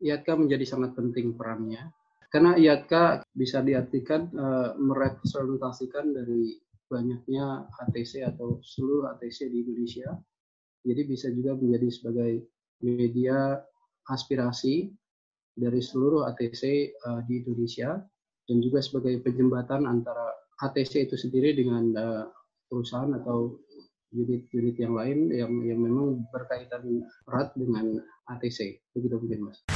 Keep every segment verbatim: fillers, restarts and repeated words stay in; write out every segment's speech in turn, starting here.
I A T K menjadi sangat penting perannya. Karena I A T K bisa diartikan uh, merepresentasikan dari banyaknya H T C atau seluruh H T C di Indonesia. Jadi bisa juga menjadi sebagai media aspirasi dari seluruh H T C uh, di Indonesia dan juga sebagai penjembatan antara H T C itu sendiri dengan uh, perusahaan atau unit-unit yang lain yang yang memang berkaitan erat dengan H T C. Begitu mungkin, Mas.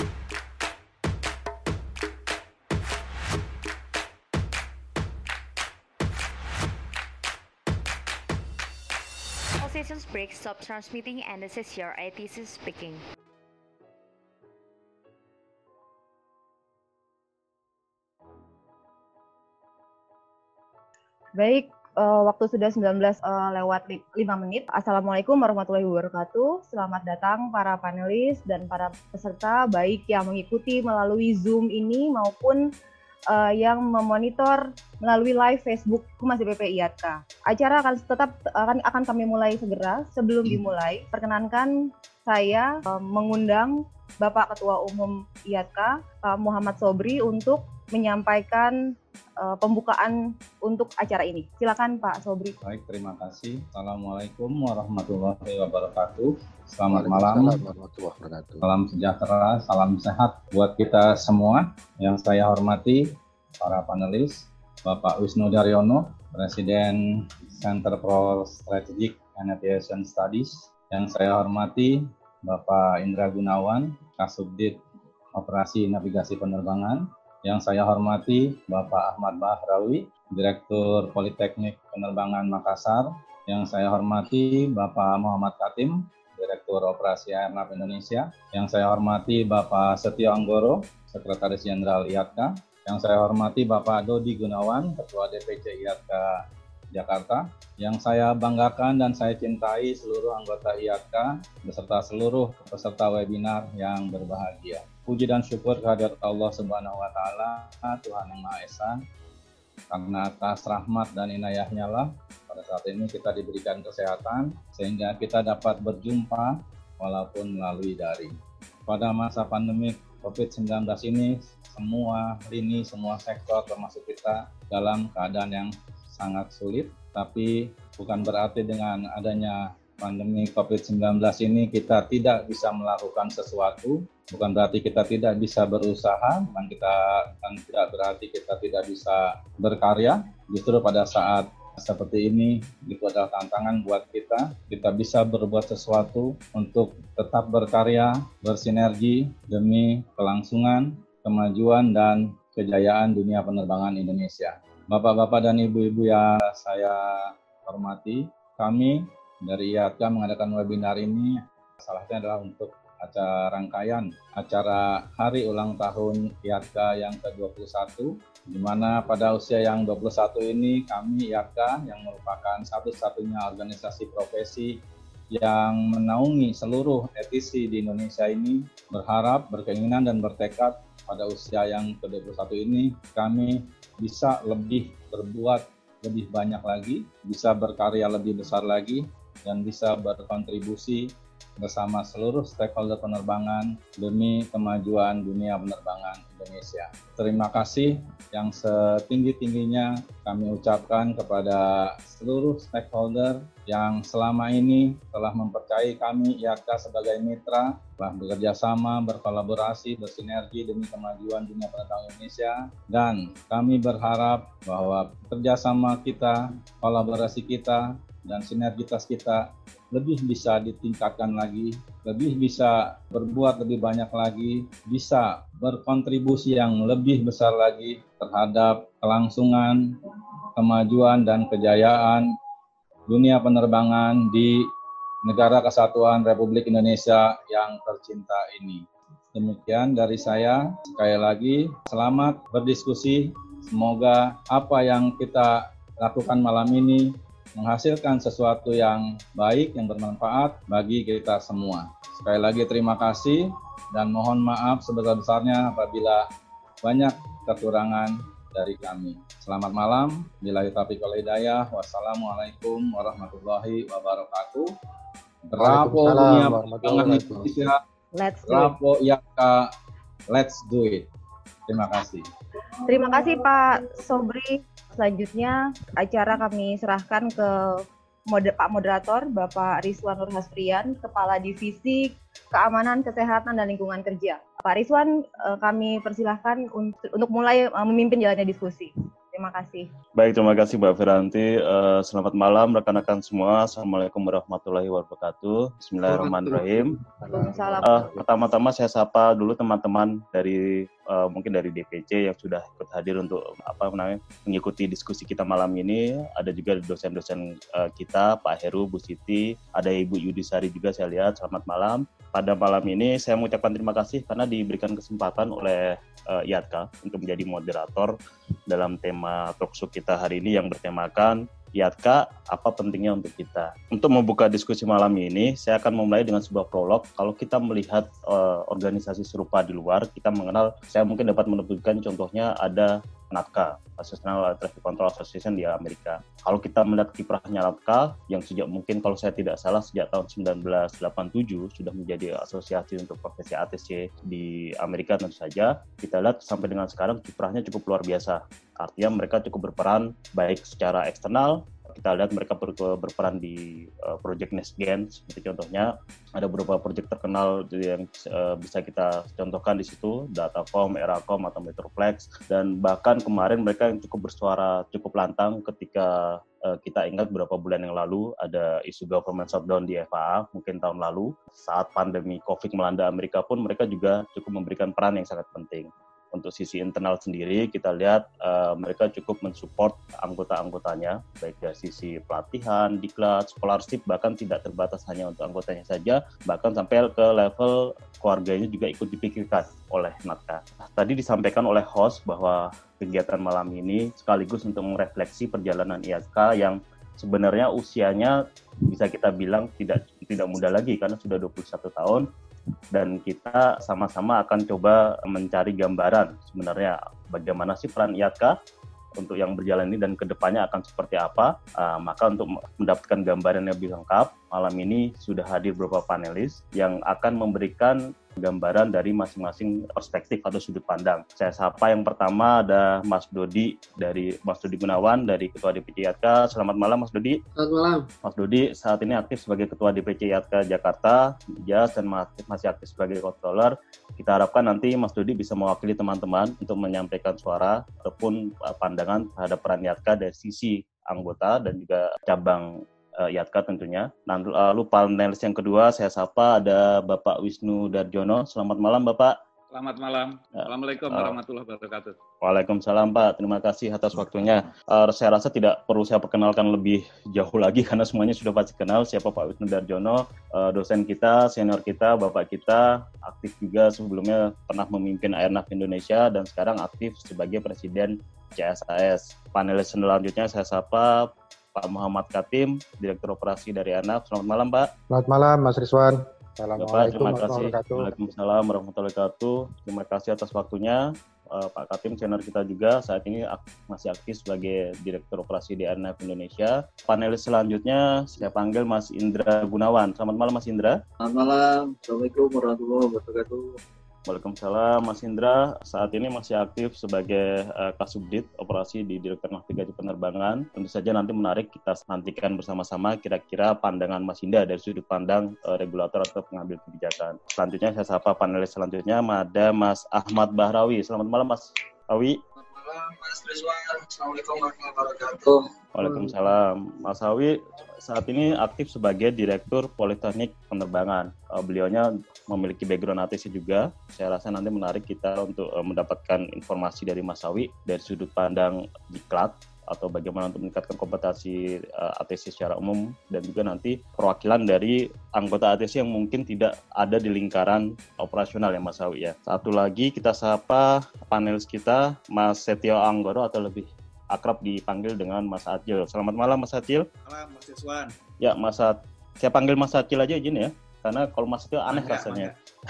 All sessions break, stop transmitting, and this is your I T C speaking. Baik, uh, waktu sudah sembilan belas uh, lewat lima menit. Assalamualaikum warahmatullahi wabarakatuh. Selamat datang para panelis dan para peserta, baik yang mengikuti melalui Zoom ini maupun uh, yang memonitor melalui live Facebook Humas D P P I A T K. Acara akan tetap akan, akan kami mulai segera. Sebelum dimulai, perkenankan saya uh, mengundang Bapak Ketua Umum I A T K, Pak Muhammad Sobri, untuk menyampaikan uh, pembukaan untuk acara ini. Silakan Pak Sobri. Baik, terima kasih. Assalamualaikum warahmatullahi wabarakatuh. Selamat malam. Warahmatullahi wabarakatuh. Salam sejahtera, salam sehat buat kita semua. Yang saya hormati para panelis, Bapak Wisnu Daryono, Presiden Center for Strategic and Aviation Studies. Yang saya hormati Bapak Indra Gunawan, Kasubdit Operasi Navigasi Penerbangan. Yang saya hormati Bapak Ahmad Bahrawi, Direktur Politeknik Penerbangan Makassar. Yang saya hormati Bapak Muhammad Katim, Direktur Operasi Airnav Indonesia. Yang saya hormati Bapak Setio Anggoro, Sekretaris Jenderal I A T K. Yang saya hormati Bapak Dodi Gunawan, Ketua D P C I A T K Jakarta. Yang saya banggakan dan saya cintai seluruh anggota I A T K beserta seluruh peserta webinar yang berbahagia. Puji dan syukur kehadirat Allah Subhanahu wa Ta'ala, Tuhan Yang Maha Esa, karena atas rahmat dan inayahnya lah pada saat ini kita diberikan kesehatan sehingga kita dapat berjumpa walaupun melalui daring. Pada masa pandemi covid sembilan belas ini, semua lini, semua sektor termasuk kita dalam keadaan yang sangat sulit, tapi bukan berarti dengan adanya pandemi covid sembilan belas ini kita tidak bisa melakukan sesuatu, bukan berarti kita tidak bisa berusaha, bukan kita dan tidak berarti kita tidak bisa berkarya. Justru pada saat seperti ini itu adalah tantangan buat kita. Kita bisa berbuat sesuatu untuk tetap berkarya, bersinergi demi kelangsungan, kemajuan dan kejayaan dunia penerbangan Indonesia. Bapak-bapak dan ibu-ibu yang saya hormati, kami dari I A T K mengadakan webinar ini salah satunya adalah untuk acara rangkaian acara hari ulang tahun I A T K yang ke dua puluh satu, di mana pada usia yang dua puluh satu ini kami I A T K yang merupakan satu-satunya organisasi profesi yang menaungi seluruh E T C di Indonesia ini berharap, berkeinginan dan bertekad pada usia yang ke dua puluh satu ini kami bisa lebih berbuat lebih banyak lagi, bisa berkarya lebih besar lagi, dan bisa berkontribusi bersama seluruh stakeholder penerbangan demi kemajuan dunia penerbangan Indonesia. Terima kasih yang setinggi-tingginya kami ucapkan kepada seluruh stakeholder yang selama ini telah mempercayai kami I A T K sebagai mitra, telah bekerja sama, berkolaborasi, bersinergi demi kemajuan dunia penerbangan Indonesia, dan kami berharap bahwa kerjasama kita, kolaborasi kita, dan sinergitas kita lebih bisa ditingkatkan lagi, lebih bisa berbuat lebih banyak lagi, bisa berkontribusi yang lebih besar lagi terhadap kelangsungan, kemajuan, dan kejayaan dunia penerbangan di Negara Kesatuan Republik Indonesia yang tercinta ini. Demikian dari saya, sekali lagi selamat berdiskusi, semoga apa yang kita lakukan malam ini menghasilkan sesuatu yang baik, yang bermanfaat bagi kita semua. Sekali lagi terima kasih dan mohon maaf sebesar-besarnya apabila banyak kekurangan dari kami. Selamat malam. Billahi taufiq wal hidayah. Wassalamualaikum warahmatullahi wabarakatuh. Bravo dunia penerbangan Indonesia. Let's go. Bravo I A T K. let's do it. Terima kasih. Terima kasih Pak Sobri. Selanjutnya acara kami serahkan ke moder- Pak Moderator, Bapak Rizwan Nur Hasprian, Kepala Divisi Keamanan, Kesehatan, dan Lingkungan Kerja. Pak Rizwan, eh, kami persilahkan untuk, untuk mulai eh, memimpin jalannya diskusi. Terima kasih. Baik, terima kasih Mbak Feranti. Uh, selamat malam rekan-rekan semua. Assalamualaikum warahmatullahi wabarakatuh. Bismillahirrahmanirrahim. Waalaikumsalam. Uh, pertama-tama saya sapa dulu teman-teman dari uh, mungkin dari D P C yang sudah ikut hadir untuk apa namanya mengikuti diskusi kita malam ini. Ada juga dosen-dosen uh, kita, Pak Heru, Bu Siti, ada Ibu Yudisari juga saya lihat. Selamat malam. Pada malam ini saya mengucapkan terima kasih karena diberikan kesempatan oleh uh, I A T K A untuk menjadi moderator dalam tema talkshow kita hari ini yang bertemakan I A T K A, apa pentingnya untuk kita. Untuk membuka diskusi malam ini, saya akan memulai dengan sebuah prolog. Kalau kita melihat uh, organisasi serupa di luar, kita mengenal, saya mungkin dapat menunjukkan contohnya ada N A T C A, National Air Traffic Control Association di Amerika. Kalau kita melihat kiprahnya N A T C A, yang sejak mungkin kalau saya tidak salah sejak tahun sembilan belas delapan puluh tujuh sudah menjadi asosiasi untuk profesi A T C di Amerika tentu saja, kita lihat sampai dengan sekarang kiprahnya cukup luar biasa. Artinya mereka cukup berperan baik secara eksternal. Kita lihat mereka ber, berperan di uh, Project NextGen, seperti contohnya ada beberapa proyek terkenal yang uh, bisa kita contohkan di situ, Datacom, Eracom, atau Metroplex, dan bahkan kemarin mereka yang cukup bersuara cukup lantang ketika uh, kita ingat beberapa bulan yang lalu ada isu government shutdown di F A A, mungkin tahun lalu, saat pandemi COVID melanda Amerika pun mereka juga cukup memberikan peran yang sangat penting. Untuk sisi internal sendiri, kita lihat uh, mereka cukup mensupport anggota-anggotanya, baik dari sisi pelatihan, diklat, scholarship, bahkan tidak terbatas hanya untuk anggotanya saja, bahkan sampai ke level keluarganya juga ikut dipikirkan oleh N A T C A. Tadi disampaikan oleh host bahwa kegiatan malam ini sekaligus untuk merefleksi perjalanan I A T K A yang sebenarnya usianya bisa kita bilang tidak tidak muda lagi karena sudah dua puluh satu tahun. Dan kita sama-sama akan coba mencari gambaran sebenarnya bagaimana sih peran I A T K A untuk yang berjalan ini dan kedepannya akan seperti apa. Uh, maka untuk mendapatkan gambaran yang lebih lengkap, malam ini sudah hadir beberapa panelis yang akan memberikan gambaran dari masing-masing perspektif atau sudut pandang. Saya sapa yang pertama ada Mas Dodi dari Mas Dodi Gunawan dari Ketua D P C I A T K A. Selamat malam Mas Dodi. Selamat malam. Mas Dodi saat ini aktif sebagai Ketua D P C I A T K A Jakarta, Jas, dan masih aktif sebagai controller. Kita harapkan nanti Mas Dodi bisa mewakili teman-teman untuk menyampaikan suara ataupun pandangan terhadap peran I A T K A dari sisi anggota dan juga cabang I A T K A tentunya. Nah, lalu panelis yang kedua saya sapa ada Bapak Wisnu Darjono. Selamat malam Bapak. Selamat malam. Assalamualaikum warahmatullahi wabarakatuh. Waalaikumsalam Pak. Terima kasih atas waktunya. Uh, saya rasa tidak perlu saya perkenalkan lebih jauh lagi karena semuanya sudah pasti kenal siapa Pak Wisnu Darjono, uh, dosen kita, senior kita, Bapak kita, aktif juga sebelumnya pernah memimpin Airnav Indonesia dan sekarang aktif sebagai Presiden C S A S. Panelis selanjutnya saya sapa Pak Muhammad Katim, Direktur Operasi dari Airnav. Selamat malam Pak. Selamat malam Mas Rizwan. Assalamualaikum warahmatullahi wabarakatuh. Waalaikumsalam warahmatullahi wabarakatuh. Terima kasih atas waktunya. Uh, Pak Katim, senior kita juga saat ini ak- masih aktif sebagai Direktur Operasi di Airnav Indonesia. Panelis selanjutnya saya panggil Mas Indra Gunawan. Selamat malam Mas Indra. Selamat malam. Assalamualaikum warahmatullahi wabarakatuh. Waalaikumsalam Mas Indra. Saat ini masih aktif sebagai uh, Kasubdit Operasi di Direktur Navigasi Penerbangan. Tentu saja nanti menarik kita nantikan bersama-sama kira-kira pandangan Mas Indra dari sudut pandang uh, regulator atau pengambil kebijakan. Selanjutnya saya sapa panelis selanjutnya ada Mas Ahmad Bahrawi. Selamat malam Mas Awi. Selamat malam Mas Rizwan. Assalamualaikum warahmatullahi wabarakatuh. Waalaikumsalam. Mas Awi saat ini aktif sebagai Direktur Politeknik Penerbangan. Uh, beliaunya memiliki background A T C juga. Saya rasa nanti menarik kita untuk uh, mendapatkan informasi dari Mas Awi dari sudut pandang diklat atau bagaimana untuk meningkatkan kompetensi uh, A T C secara umum dan juga nanti perwakilan dari anggota A T C yang mungkin tidak ada di lingkaran operasional ya Mas Awi ya. Satu lagi kita sapa panelis kita Mas Setio Anggoro atau lebih akrab dipanggil dengan Mas Acil. Selamat malam Mas Acil. Malam Mas Rizwan. Ya Mas Acil. Saya panggil Mas Acil aja izin ya. Karena kalau Mas Acil aneh Mangga, rasanya.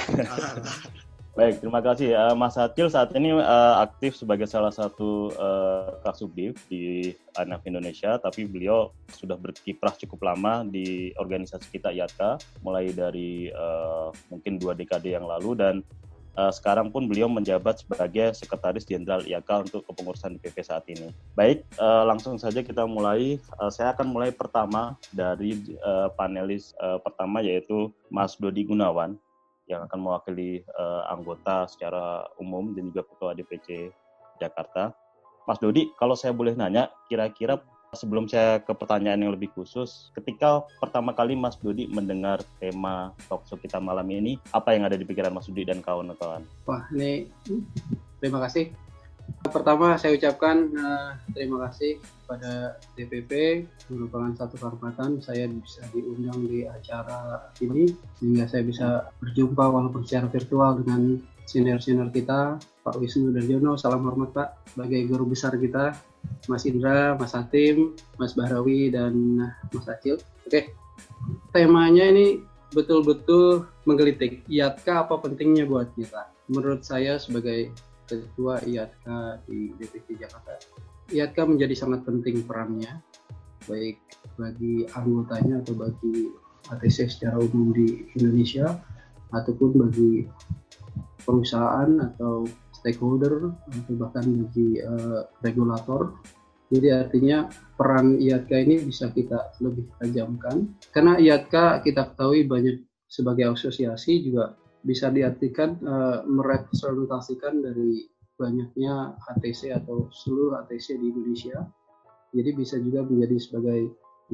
Baik, terima kasih. Uh, Mas Acil saat ini uh, aktif sebagai salah satu uh, Kasubdiv di Airnav Indonesia, tapi beliau sudah berkiprah cukup lama di organisasi kita I A T K A, mulai dari uh, mungkin dua dekade yang lalu dan Uh, sekarang pun beliau menjabat sebagai Sekretaris Jenderal I A K A untuk kepengurusan D P P saat ini. Baik, uh, langsung saja kita mulai. Uh, saya akan mulai pertama dari uh, panelis uh, pertama, yaitu Mas Dodi Gunawan, yang akan mewakili uh, anggota secara umum dan juga Ketua D P C Jakarta. Mas Dodi, kalau saya boleh nanya, kira-kira sebelum saya ke pertanyaan yang lebih khusus, ketika pertama kali Mas Dodi mendengar tema talkshow kita malam ini, apa yang ada di pikiran Mas Dodi dan kawan-kawan? Wah, ini terima kasih. Pertama saya ucapkan uh, terima kasih kepada D P P, merupakan satu kehormatan saya bisa diundang di acara ini, sehingga saya bisa berjumpa walaupun secara virtual dengan senior-senior kita, Pak Wisnu Daryono, salam hormat Pak, sebagai guru besar kita, Mas Indra, Mas Hatim, Mas Bahrawi, dan Mas Acil. Oke, temanya ini betul-betul menggelitik. I A T K apa pentingnya buat kita? Menurut saya sebagai Ketua I A T K di D P C Jakarta, I A T K menjadi sangat penting perannya, baik bagi anggotanya atau bagi A T C secara umum di Indonesia, ataupun bagi perusahaan atau stakeholder, atau bahkan bagi uh, regulator. Jadi artinya peran I A T K ini bisa kita lebih tajamkan, karena I A T K kita ketahui banyak sebagai asosiasi juga bisa diartikan uh, merepresentasikan dari banyaknya A T C atau seluruh A T C di Indonesia. Jadi bisa juga menjadi sebagai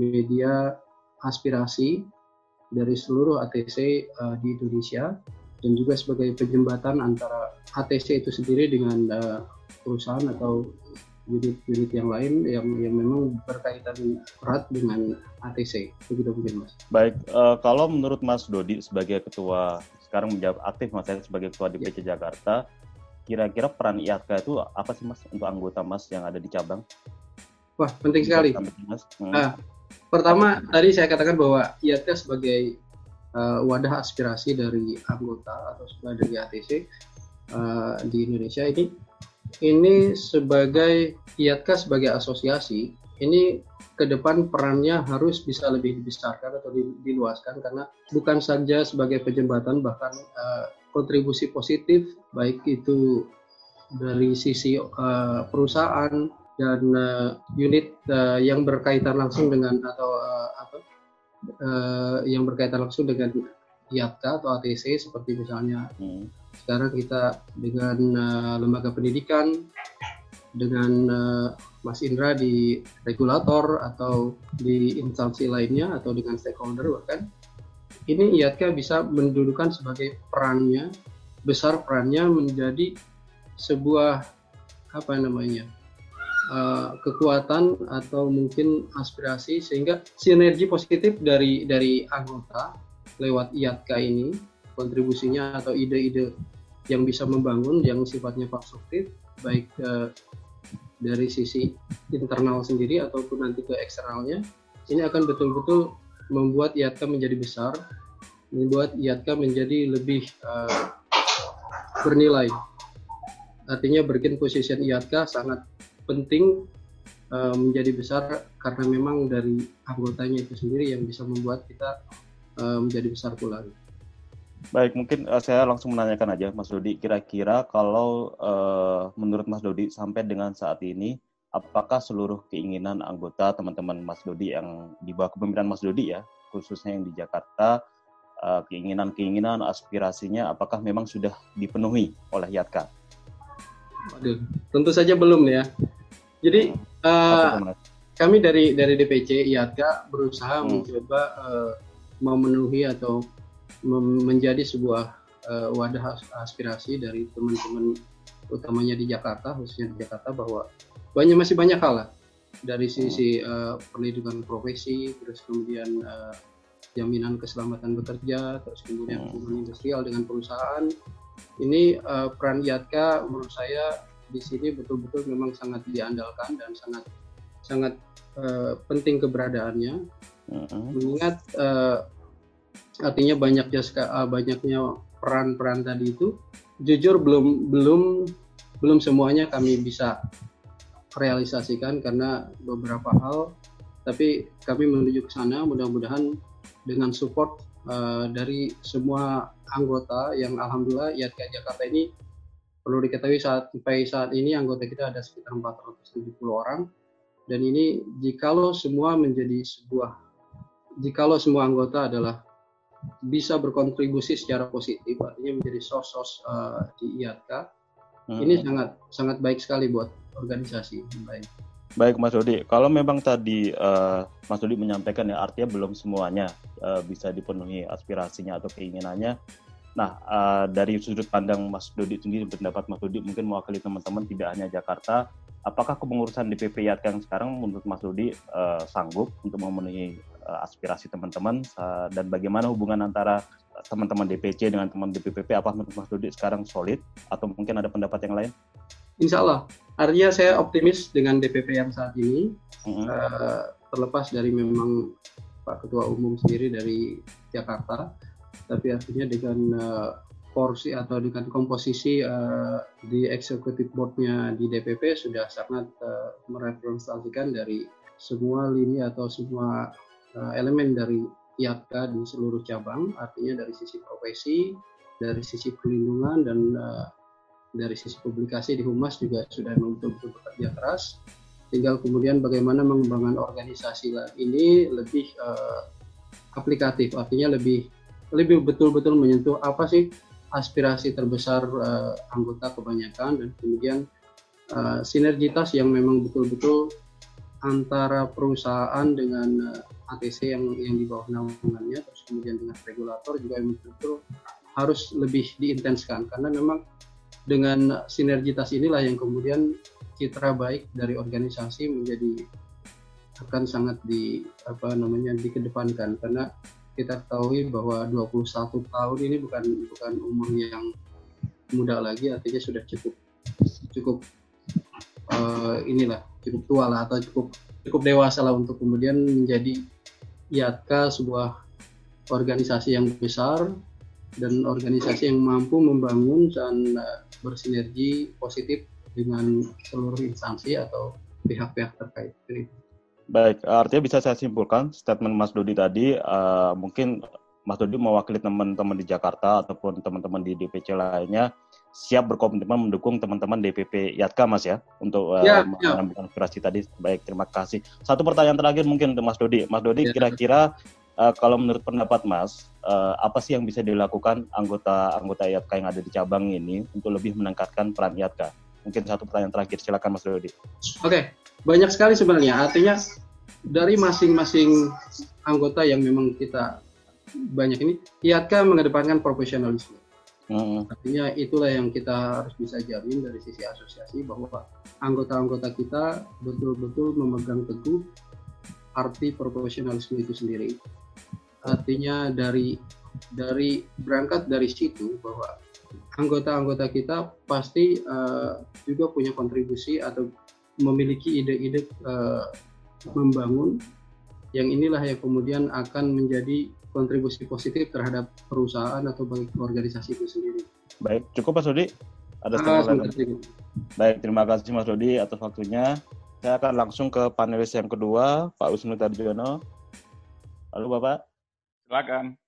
media aspirasi dari seluruh A T C uh, di Indonesia, dan juga sebagai penjembatan antara A T C itu sendiri dengan uh, perusahaan atau unit-unit yang lain yang yang memang berkaitan erat dengan A T C. Begitu mungkin, Mas. Baik, uh, kalau menurut Mas Dodi sebagai ketua, sekarang menjawab aktif Mas saya sebagai ketua D P C ya. Jakarta, kira-kira peran I A T K itu apa sih Mas untuk anggota Mas yang ada di cabang? Wah, penting sekali. Mas. Hmm. Nah, pertama tadi saya katakan bahwa I A T K sebagai uh, wadah aspirasi dari anggota atau dari A T C uh, di Indonesia ini, ini sebagai I A T K sebagai asosiasi, ini ke depan perannya harus bisa lebih dibesarkan atau diluaskan, karena bukan saja sebagai penjembatan, bahkan uh, kontribusi positif baik itu dari sisi uh, perusahaan dan uh, unit uh, yang berkaitan langsung dengan atau uh, apa uh, yang berkaitan langsung dengan I A T K atau A T C, seperti misalnya hmm. sekarang kita dengan uh, lembaga pendidikan, dengan uh, Mas Indra di regulator atau di instansi lainnya atau dengan stakeholder, bahkan ini I A T K bisa mendudukan sebagai perannya besar, perannya menjadi sebuah apa namanya uh, kekuatan atau mungkin aspirasi, sehingga sinergi positif dari dari anggota lewat I A T K ini, kontribusinya atau ide-ide yang bisa membangun yang sifatnya konstruktif, baik uh, dari sisi internal sendiri ataupun nanti ke eksternalnya, ini akan betul-betul membuat I A T K menjadi besar, membuat I A T K menjadi lebih uh, bernilai. Artinya breaking position I A T K sangat penting uh, menjadi besar, karena memang dari anggotanya itu sendiri yang bisa membuat kita uh, menjadi besar pula. Baik, mungkin uh, saya langsung menanyakan aja Mas Dodi, kira-kira kalau uh, menurut Mas Dodi sampai dengan saat ini, apakah seluruh keinginan anggota teman-teman Mas Dodi yang di bawah kepemimpinan Mas Dodi ya, khususnya yang di Jakarta, uh, keinginan-keinginan, aspirasinya, apakah memang sudah dipenuhi oleh I A T K? Waduh, tentu saja belum ya. Jadi uh, kami dari dari D P C I A T K berusaha hmm. mencoba uh, memenuhi atau menjadi sebuah uh, wadah aspirasi dari teman-teman utamanya di Jakarta, khususnya di Jakarta, bahwa banyak masih banyak hal lah dari sisi uh, pendidikan profesi, terus kemudian uh, jaminan keselamatan bekerja, terus kemudian hubungan industrial dengan perusahaan. Ini uh, peran I A T K menurut saya di sini betul-betul memang sangat diandalkan dan sangat sangat uh, penting keberadaannya, uh-huh. mengingat uh, artinya banyaknya banyaknya peran-peran tadi itu, jujur belum belum belum semuanya kami bisa realisasikan karena beberapa hal, tapi kami menuju ke sana, mudah-mudahan dengan support uh, dari semua anggota yang alhamdulillah I A T K Jakarta ini perlu diketahui saat, sampai saat ini anggota kita ada sekitar empat ratus tujuh puluh orang, dan ini jikalau semua menjadi sebuah, jikalau semua anggota adalah bisa berkontribusi secara positif, artinya menjadi sos-sos uh, di I A T K, hmm. ini sangat sangat baik sekali buat organisasi. Baik. Baik Mas Dodi, kalau memang tadi uh, Mas Dodi menyampaikan ya artinya belum semuanya uh, bisa dipenuhi aspirasinya atau keinginannya. Nah, uh, dari sudut pandang Mas Dodi sendiri, pendapat Mas Dodi mungkin mewakili teman-teman tidak hanya Jakarta, apakah kepengurusan D P P I A T K yang sekarang menurut Mas Dodi uh, sanggup untuk memenuhi uh, aspirasi teman-teman, uh, dan bagaimana hubungan antara teman-teman D P C dengan teman D P P P, apa menurut Mas Dodi sekarang solid atau mungkin ada pendapat yang lain? Insya Allah, artinya saya optimis dengan D P P yang saat ini, mm-hmm. uh, terlepas dari memang Pak Ketua Umum sendiri dari Jakarta, tapi artinya dengan uh, porsi atau dengan komposisi uh, di Executive Board-nya di D P P sudah sangat uh, merepresentasikan dari semua lini atau semua uh, elemen dari I A T K di seluruh cabang, artinya dari sisi profesi, dari sisi perlindungan, dan uh, dari sisi publikasi di Humas juga sudah betul-betul bekerja keras. Tinggal kemudian bagaimana mengembangkan organisasi ini lebih uh, aplikatif, artinya lebih lebih betul-betul menyentuh apa sih aspirasi terbesar uh, anggota kebanyakan, dan kemudian uh, sinergitas yang memang betul-betul antara perusahaan dengan uh, A T C yang yang di bawah naungannya, terus kemudian dengan regulator juga yang betul-betul harus lebih diintenskan, karena memang dengan sinergitas inilah yang kemudian citra baik dari organisasi menjadi akan sangat di apa namanya dikedepankan, karena kita ketahui bahwa dua puluh satu tahun ini bukan bukan umur yang muda lagi, artinya sudah cukup cukup uh, inilah cukup tua lah atau cukup cukup dewasa lah untuk kemudian menjadi I A T K, sebuah organisasi yang besar dan organisasi yang mampu membangun dan uh, bersinergi positif dengan seluruh instansi atau pihak-pihak terkait. Baik, artinya bisa saya simpulkan statement Mas Dodi tadi, uh, mungkin Mas Dodi mewakili teman-teman di Jakarta ataupun teman-teman di D P C lainnya siap berkomitmen mendukung teman-teman D P P I A T K, Mas ya, untuk uh, ya, menambahkan aspirasi tadi. Baik, terima kasih. Satu pertanyaan terakhir mungkin untuk Mas Dodi. Mas Dodi, ya. Kira-kira uh, kalau menurut pendapat Mas, uh, apa sih yang bisa dilakukan anggota-anggota I A T K yang ada di cabang ini untuk lebih meningkatkan peran I A T K? Mungkin satu pertanyaan terakhir, silakan Mas Dodi. Oke, banyak sekali sebenarnya. Artinya dari masing-masing anggota yang memang kita banyak ini, I A T K mengedepankan profesionalisme. Hmm. Artinya itulah yang kita harus bisa jamin dari sisi asosiasi, bahwa anggota-anggota kita betul-betul memegang teguh arti profesionalisme itu sendiri. Artinya dari dari berangkat dari situ bahwa anggota-anggota kita pasti uh, juga punya kontribusi atau memiliki ide-ide uh, membangun, yang inilah yang kemudian akan menjadi kontribusi positif terhadap perusahaan atau bagi organisasi itu sendiri. Baik, cukup Mas Dodi? Ada ah, Baik, terima kasih Mas Dodi atas waktunya. Saya akan langsung ke panelis yang kedua, Pak Wisnu Darjono. Halo Bapak. Silakan.